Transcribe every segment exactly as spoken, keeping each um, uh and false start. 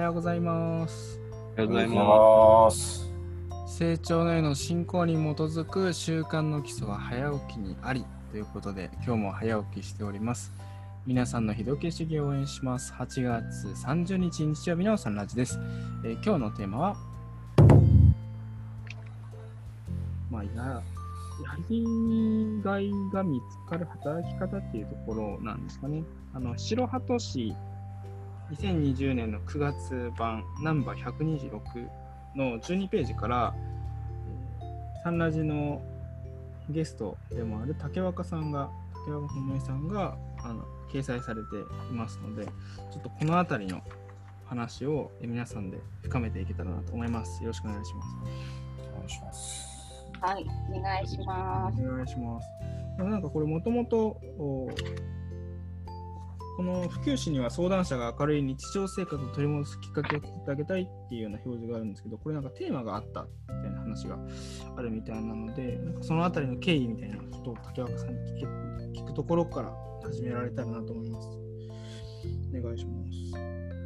ようございます。 おはようございます。 成長のへの信仰に基づく習慣の基礎は早起きにありということで、今日も早起きしております。皆さんの日時計主義を応援します。はちがつさんじゅうにち日曜日のサンラジです。えー、今日のテーマは、まあ、ややりがいが見つかる働き方っていうところなんですかね。あの白鳩市にせんにじゅうねんのくがつ版ナンバーひゃくにじゅうろくのじゅうにページから、えー、サンラジのゲストでもある竹若さんが竹若本さんがあの掲載されていますので、ちょっとこのあたりの話を皆さんで深めていけたらなと思います。よろしくお願いします。 お願いします。 はい、お願いします。 お願いします。なんかこれもともとこの普及誌には相談者が明るい日常生活を取り戻すきっかけを作ってあげたいっていうような表示があるんですけど、これなんかテーマがあったみたいな話があるみたいなので、なんかそのあたりの経緯みたいなことを竹若さんに聞け、聞くところから始められたらなと思います。お願いします。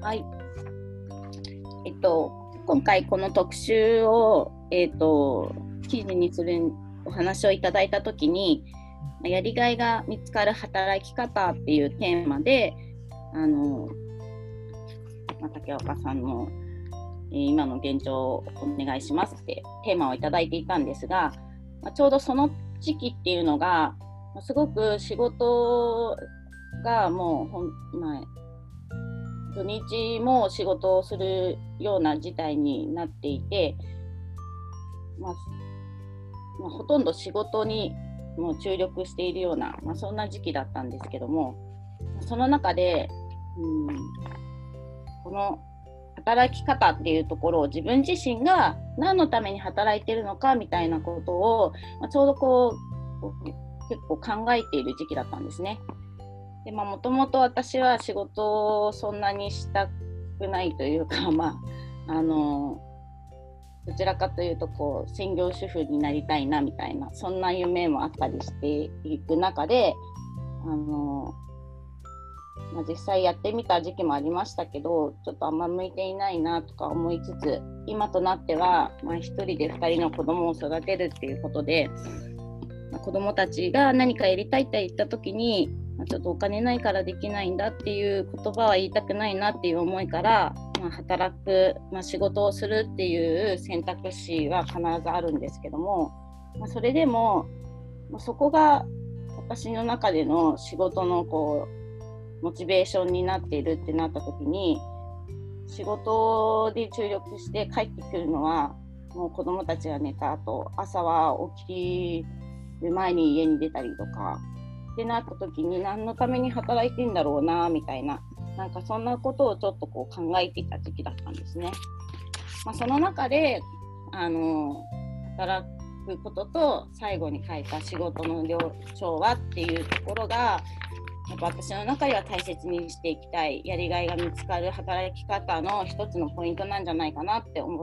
はい。えっと、今回この特集を、えっと、記事にするお話をいただいたときに、やりがいが見つかる働き方っていうテーマで、あの、まあ、竹岡さんの、えー、今の現状をお願いしますってテーマをいただいていたんですが、まあ、ちょうどその時期っていうのが、すごく仕事がもうほん、まあ、土日も仕事をするような事態になっていて、まあまあ、ほとんど仕事にもう注力しているような、まあ、そんな時期だったんですけども、その中で、うん、この働き方っていうところを自分自身が何のために働いているのかみたいなことを、まあ、ちょうどこう結構考えている時期だったんですね。で、まあ、もともと私は仕事をそんなにしたくないというか、まあ、あのどちらかというとこう専業主婦になりたいなみたいな、そんな夢もあったりしていく中で、あの、まあ、実際やってみた時期もありましたけど、ちょっとあんま向いていないなとか思いつつ、今となっては、まあ、一人で二人の子供を育てるっていうことで、まあ、子供たちが何かやりたいって言った時に、まあ、ちょっとお金ないからできないんだっていう言葉は言いたくないなっていう思いから、まあ、働く、まあ、仕事をするっていう選択肢は必ずあるんですけども、まあ、それでも、まあ、そこが私の中での仕事のこうモチベーションになっているってなった時に、仕事で注力して帰ってくるのはもう子どもたちが寝た後、朝は起きる前に家に出たりとかってなった時に、何のために働いてんだろうなみたいな、なんかそんなことをちょっとこう考えていた時期だったんですね。まあ、その中であの働くことと最後に書いた仕事の調和っていうところが、やっぱ私の中では大切にしていきたい、やりがいが見つかる働き方の一つのポイントなんじゃないかなって思って、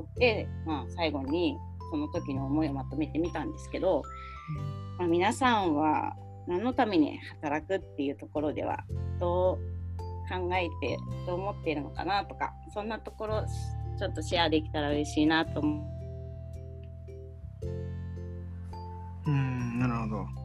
まあ、最後にその時の思いをまとめてみたんですけど、まあ、皆さんは何のために働くっていうところではどう考えてどう思っているのかなとか、そんなところちょっとシェアできたら嬉しいなと思う。 うーん、なるほど。 はい。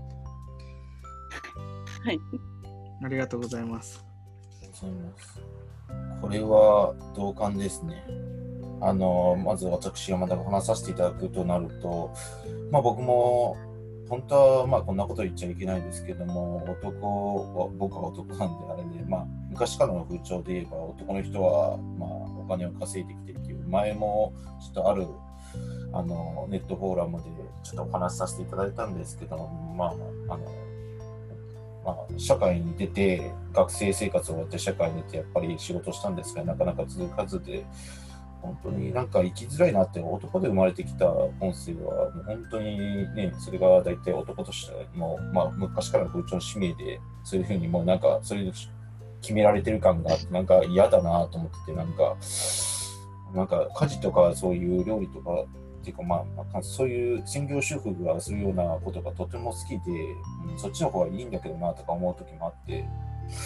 ありがとうございます。 ありがとうございます。これは同感ですね。あのまず私がまた話させていただくとなると、まあ、僕も本当はまあこんなこと言っちゃいけないですけども、男は僕は男なんであれで、まあ、昔からの風潮で言えば男の人はまあお金を稼いできてっていう、前もちょっとあるあのネットフォーラムでちょっとお話しさせていただいたんですけど、まああのまあ、社会に出て学生生活を終わって社会に出てやっぱり仕事したんですが、なかなか続かずで、本当になんか生きづらいなって、男で生まれてきた本性はもう本当にね、それが大体男としてもう、まあ、昔からの風潮の使命で、そういうふうにもうなんかそれで決められてる感があって、なんか嫌だなと思ってて、なんかなんか家事とかそういう料理とかっていうか、まあ、そういう専業主婦がするようなことがとても好きで、うん、そっちの方がいいんだけどなとか思う時もあって、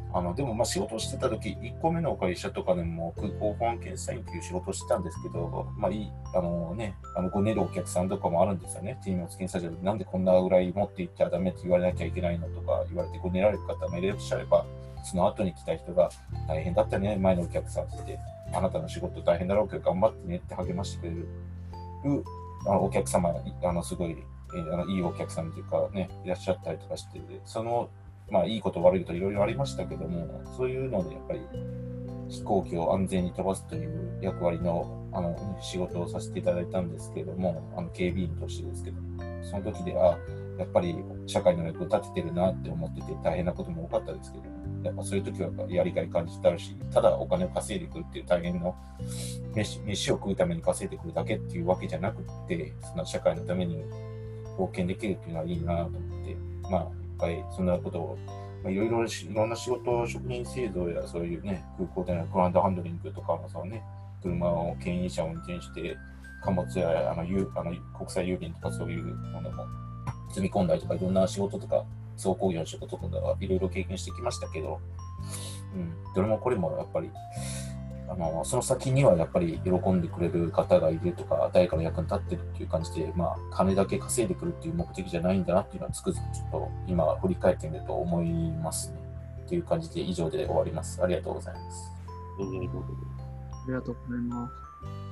あのでもまあ仕事をしてた時、いっこめの会社とかでも空港保安検査員という仕事をしてたんですけど、まあいいあのね、あのごねるお客さんとかもあるんですよね。手荷物検査場でなんでこんなぐらい持っていっちゃダメって言われなきゃいけないのとか言われてごねられる方もいらっしゃれば、その後に来た人が大変だったね、前のお客さんって言って、あなたの仕事大変だろうけど頑張ってねって励ましてくれるあのお客様、あのすごい、えー、あのいいお客さんというかね、いらっしゃったりとかして、そのまあ、いいこと悪いこといろいろありましたけども、そういうのでやっぱり飛行機を安全に飛ばすという役割の、あの仕事をさせていただいたんですけども、あの警備員としてですけど、その時ではやっぱり社会の役を立ててるなって思ってて大変なことも多かったですけど、やっぱそういう時はやりがい感じたし、ただお金を稼いでくるっていう大変の飯、飯を食うために稼いでくるだけっていうわけじゃなくて、その社会のために貢献できるっていうのはいいなと思って、まあはい、そんなことを、まあ、いろいろいろんな仕事、職人製造やそういうね、空港でのグランドハンドリングとかもそうね、車を牽引車を運転して、貨物やあのゆあの国際郵便とかそういうものも積み込んだりとか、いろんな仕事とか、総工業の仕事とかいろいろ経験してきましたけど、うん、どれもこれもやっぱり、あのその先にはやっぱり喜んでくれる方がいるとか、誰かの役に立ってるっていう感じで、まあ、金だけ稼いでくるっていう目的じゃないんだなっていうのはつくづくちょっと今振り返ってみると思いますね。っていう感じで以上で終わります。ありがとうございます。 ありがとうございます。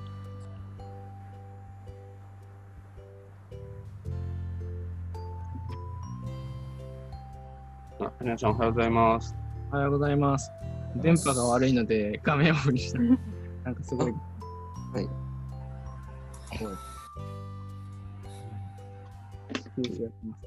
あ、皆さんおはようございます。 おはようございます。電波が悪いので画面オフにした。なんかすごい。はい。すごい。スピーチやってます。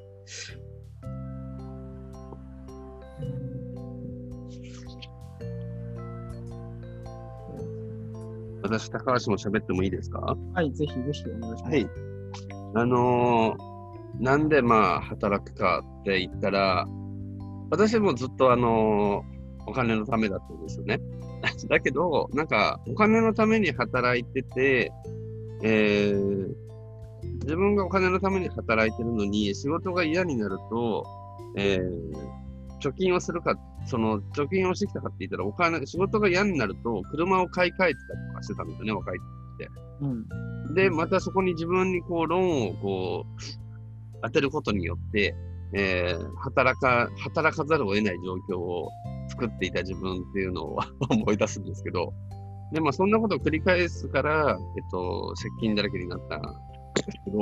私、高橋も喋ってもいいですか？ はい、ぜひぜひお願いします。 はい。あのー、なんでまあ働くかって言ったら、私もずっとあのー、お金のためだったんですよね。だけど、なんかお金のために働いてて、えー、自分がお金のために働いてるのに仕事が嫌になると、えー、貯金をするか、その貯金をしてきたかって言ったら、お金、仕事が嫌になると車を買い替えてたりとかしてたんですよね、若い時って。うん、で、またそこに自分にこうローンをこう当てることによって、えー、働か、働かざるを得ない状況を作っていた自分っていうのを思い出すんですけど、で、まあそんなことを繰り返すから、えっと、借金だらけになったんですけど、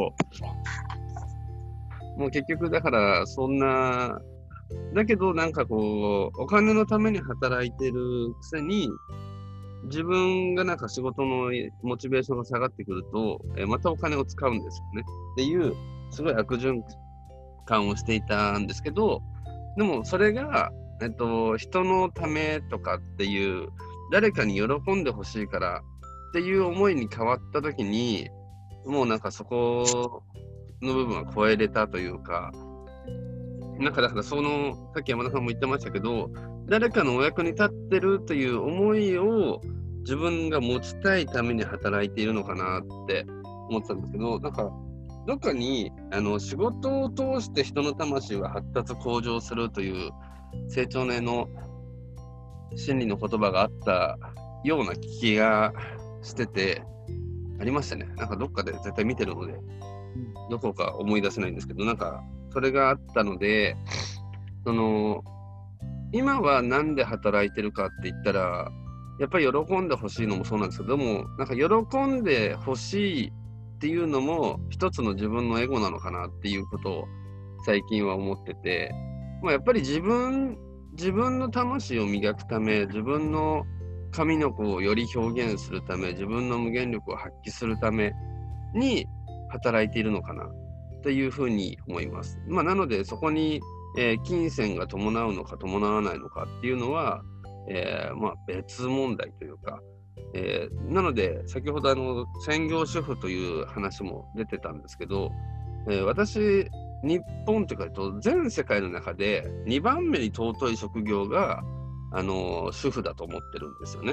もう結局だからそんな、だけどなんかこう、お金のために働いてるくせに、自分がなんか仕事のモチベーションが下がってくると、えー、またお金を使うんですよね。っていう、すごい悪循環をしていたんですけど、でもそれが、えっと、人のためとかっていう、誰かに喜んでほしいからっていう思いに変わったときに、もうなんかそこの部分は超えれたというか、なんかだからその、さっき山田さんも言ってましたけど、誰かのお役に立ってるという思いを自分が持ちたいために働いているのかなって思ってたんですけど、なんかどっかにあの仕事を通して人の魂は発達向上するという成長の絵の真理の言葉があったような気がしてて、ありましたね。なんかどっかで絶対見てるので、どこか思い出せないんですけど、なんかそれがあったので、その今はなんで働いてるかって言ったら、やっぱり喜んでほしいのもそうなんですけども、なんか喜んでほしいっていうのも一つの自分のエゴなのかなっていうことを最近は思ってて、まあ、やっぱり自分自分の魂を磨くため、自分の神の子をより表現するため、自分の無限力を発揮するために働いているのかなというふうに思います。まあ、なのでそこに、えー、金銭が伴うのか伴わないのかっていうのは、えーまあ、別問題というか、えー、なので先ほどあの専業主婦という話も出てたんですけど、えー、私日本というか全世界の中でにばんめに尊い職業が、あのー、主婦だと思ってるんですよね。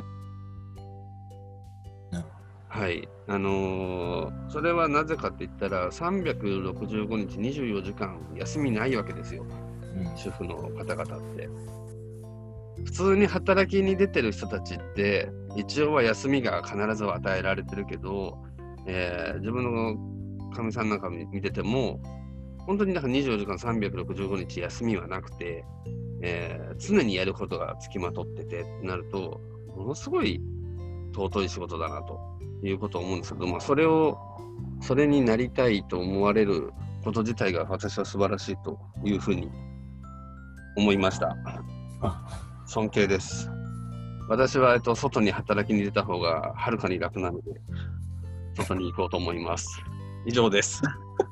はい、あのー、それはなぜかって言ったらさんびゃくろくじゅうごにちにじゅうよじかん休みないわけですよ、うん、主婦の方々って。 普通に働きに出てる人たちって一応は休みが必ずは与えられてるけど、えー、自分のかみさんなんか見てても本当になんかにじゅうよじかんさんびゃくろくじゅうごにち休みはなくて、えー、常にやることがつきまとっててってなるとものすごい尊い仕事だなということを思うんですけど、まあ、それをそれになりたいと思われること自体が私は素晴らしいというふうに思いました。尊敬です。私は、えっと、外に働きに出た方がはるかに楽なので外に行こうと思います。以上です。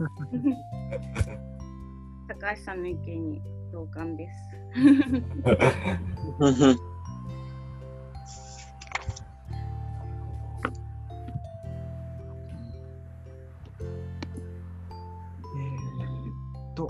高橋さんの意見に同感です。 えーっと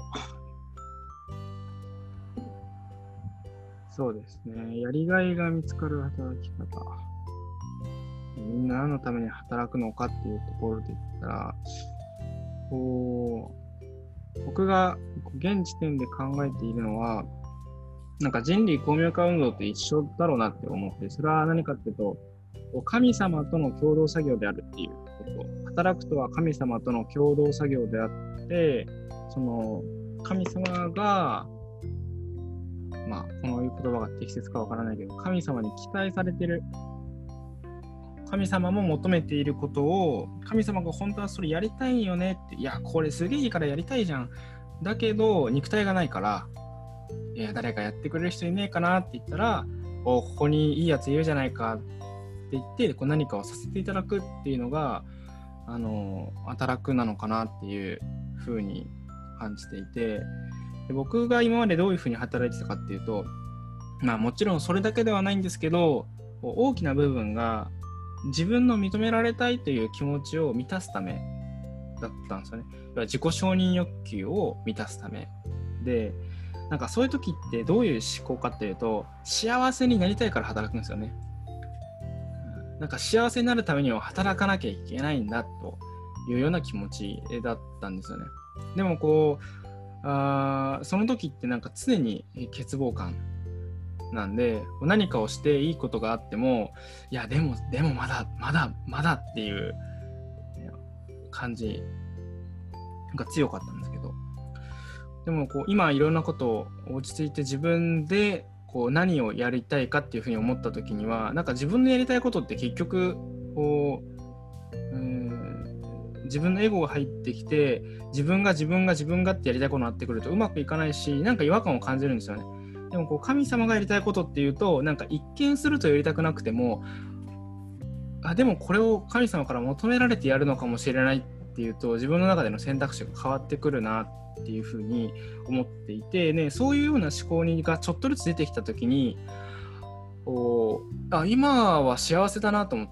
そうですね。やりがいが見つかる働き方。みんな何のために働くのかっていうところで言ったら、こう、僕が現時点で考えているのは、なんか人類公明化運動と一緒だろうなって思って、それは何かっていうと、神様との共同作業であるっていうこと。働くとは神様との共同作業であって、その神様が、まあ、この言葉が適切かわからないけど、神様に期待されてる。神様も求めていることを、神様が本当はそれやりたいんよねって、いや、これすげえいいからやりたいじゃん。だけど、肉体がないから、いや、誰かやってくれる人いねえかなって言ったら、お、ここにいいやついるじゃないかって言って、こう何かをさせていただくっていうのが、あの、働くなのかなっていうふうに感じていて、で僕が今までどういうふうに働いてたかっていうと、まあもちろんそれだけではないんですけど、大きな部分が自分の認められたいという気持ちを満たすためだったんですよね。自己承認欲求を満たすためで、なんかそういう時ってどういう思考かっていうと、幸せになりたいから働くんですよね。なんか幸せになるためには働かなきゃいけないんだというような気持ちだったんですよね。でもこうあその時ってなんか常に欠乏感なんで、何かをしていいことがあっても、いやでもでもまだまだまだっていう感じが強かったんですけど、でもこう今いろんなことを落ち着いて自分でこう何をやりたいかっていうふうに思った時には、なんか自分のやりたいことって結局こう、うーん自分のエゴが入ってきて、自分が自分が自分がってやりたいことになってくるとうまくいかないし、なんか違和感を感じるんですよね。でもこう神様がやりたいことっていうと、なんか一見するとやりたくなくても、あでもこれを神様から求められてやるのかもしれないっていうと、自分の中での選択肢が変わってくるなっていうふうに思っていて、ね、そういうような思考がちょっとずつ出てきたときに、おあ今は幸せだなと思って、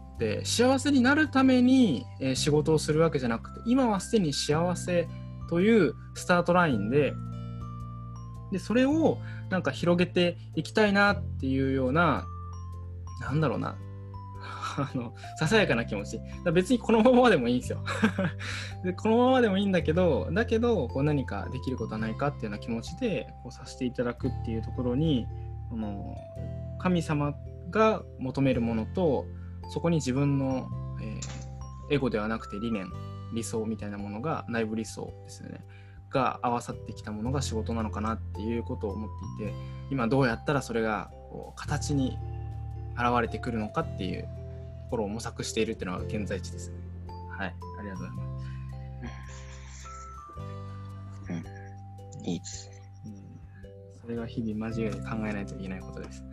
幸せになるために、えー、仕事をするわけじゃなくて、今はすでに幸せというスタートラインで、でそれをなんか広げていきたいなっていうような、なんだろうなあのささやかな気持ち。だ別にこのままでもいいんですよでこのままでもいいんだけど、だけどこう何かできることはないかっていうような気持ちでこうさせていただくっていうところに、この神様が求めるものと、そこに自分の、えー、エゴではなくて理念、理想みたいなものが、内部理想ですよねが合わさってきたものが仕事なのかなっていうことを思っていて、今どうやったらそれがこう形に現れてくるのかっていうところを模索しているっていうのが現在地ですね。はい、ありがとうございます。 うん、いいです。 うん、それが日々交えて考えないといけないことです。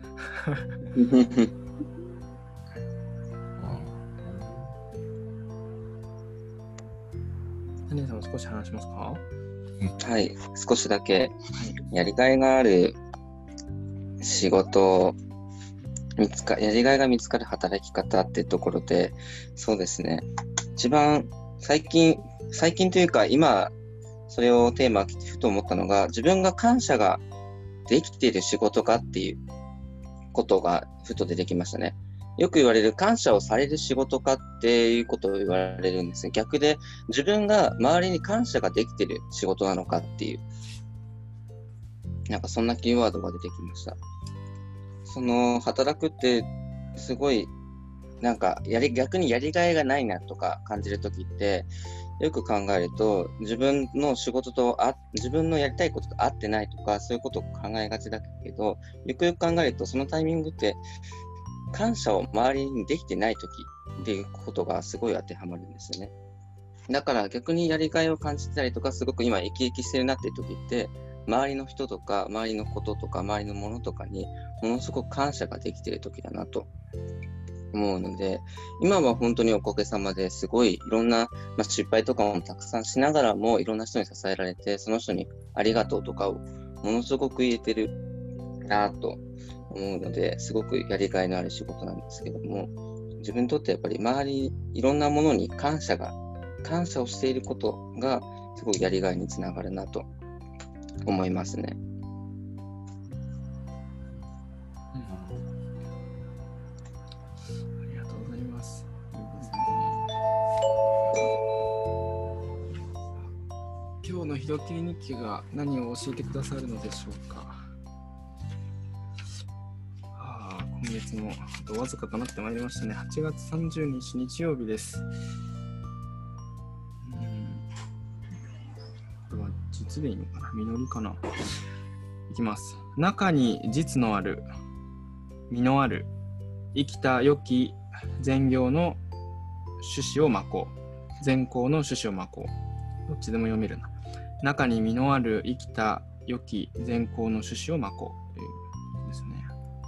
谷さんも少し話しますか？ はい、少しだけやりがいがある仕事見つかやりがいが見つかる働き方ってところで、そうですね、一番最近最近というか今それをテーマにふと思ったのが、自分が感謝ができている仕事かっていうことがふと出てきましたね。よく言われる感謝をされる仕事かっていうことを言われるんですね。逆で自分が周りに感謝ができている仕事なのかっていう、なんかそんなキーワードが出てきました。 その働くってすごいなんかやり逆にやりがいがないなとか感じるときって、よく考えると自分の仕事とあ自分のやりたいことと合ってないとか、そういうことを考えがちだけど、よくよく考えるとそのタイミングって感謝を周りにできてないときっていうことがすごい当てはまるんですよね。だから逆にやりがいを感じたりとか、すごく今生き生きしてるなっていうときって、周りの人とか周りのこととか周りのものとかにものすごく感謝ができてるときだなと思うので、今は本当におかげさまですごいいろんな、まあ、失敗とかもたくさんしながらもいろんな人に支えられて、その人にありがとうとかをものすごく言えてるなと思うので、すごくやりがいのある仕事なんですけども、自分にとってやっぱり周りいろんなものに感謝が感謝をしていることがすごいやりがいにつながるなと思いますね。 今日のひどきり日記が何を教えてくださるのでしょうか。ああ、今月もあとわずかとなってまいりましたね。はちがつさんじゅうにち日曜日です。うん、これは実でいいのかな、実りかな。いきます。中に実のある、実のある、生きた良き善行の種子をまこう。善行の種子をまこう。どっちでも読めるな。中に実のある生きた良き善行の種子をまこうということですね。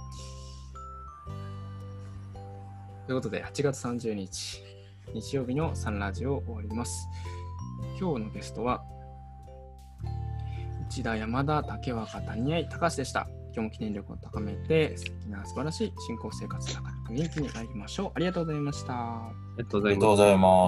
ということではちがつさんじゅうにち日曜日のサンラジオを終わります。今日のゲストは内田、山田、竹若、谷合、高橋でした。今日も記念力を高めて素敵な素晴らしい信仰生活で明るく元気に参りましょう。ありがとうございました。 ありがとうありがとうございます。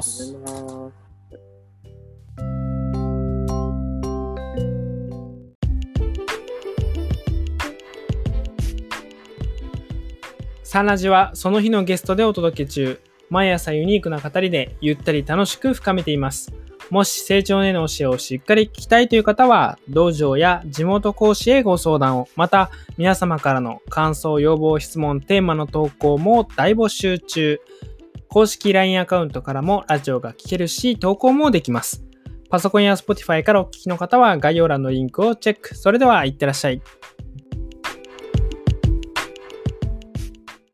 サンラジはその日のゲストでお届け中。毎朝ユニークな語りでゆったり楽しく深めています。もし成長への教えをしっかり聞きたいという方は、道場や地元講師へご相談を、また皆様からの感想、要望、質問、テーマの投稿も大募集中。公式 ライン アカウントからもラジオが聞けるし、投稿もできます。パソコンや Spotify からお聞きの方は概要欄のリンクをチェック。それではいってらっしゃい。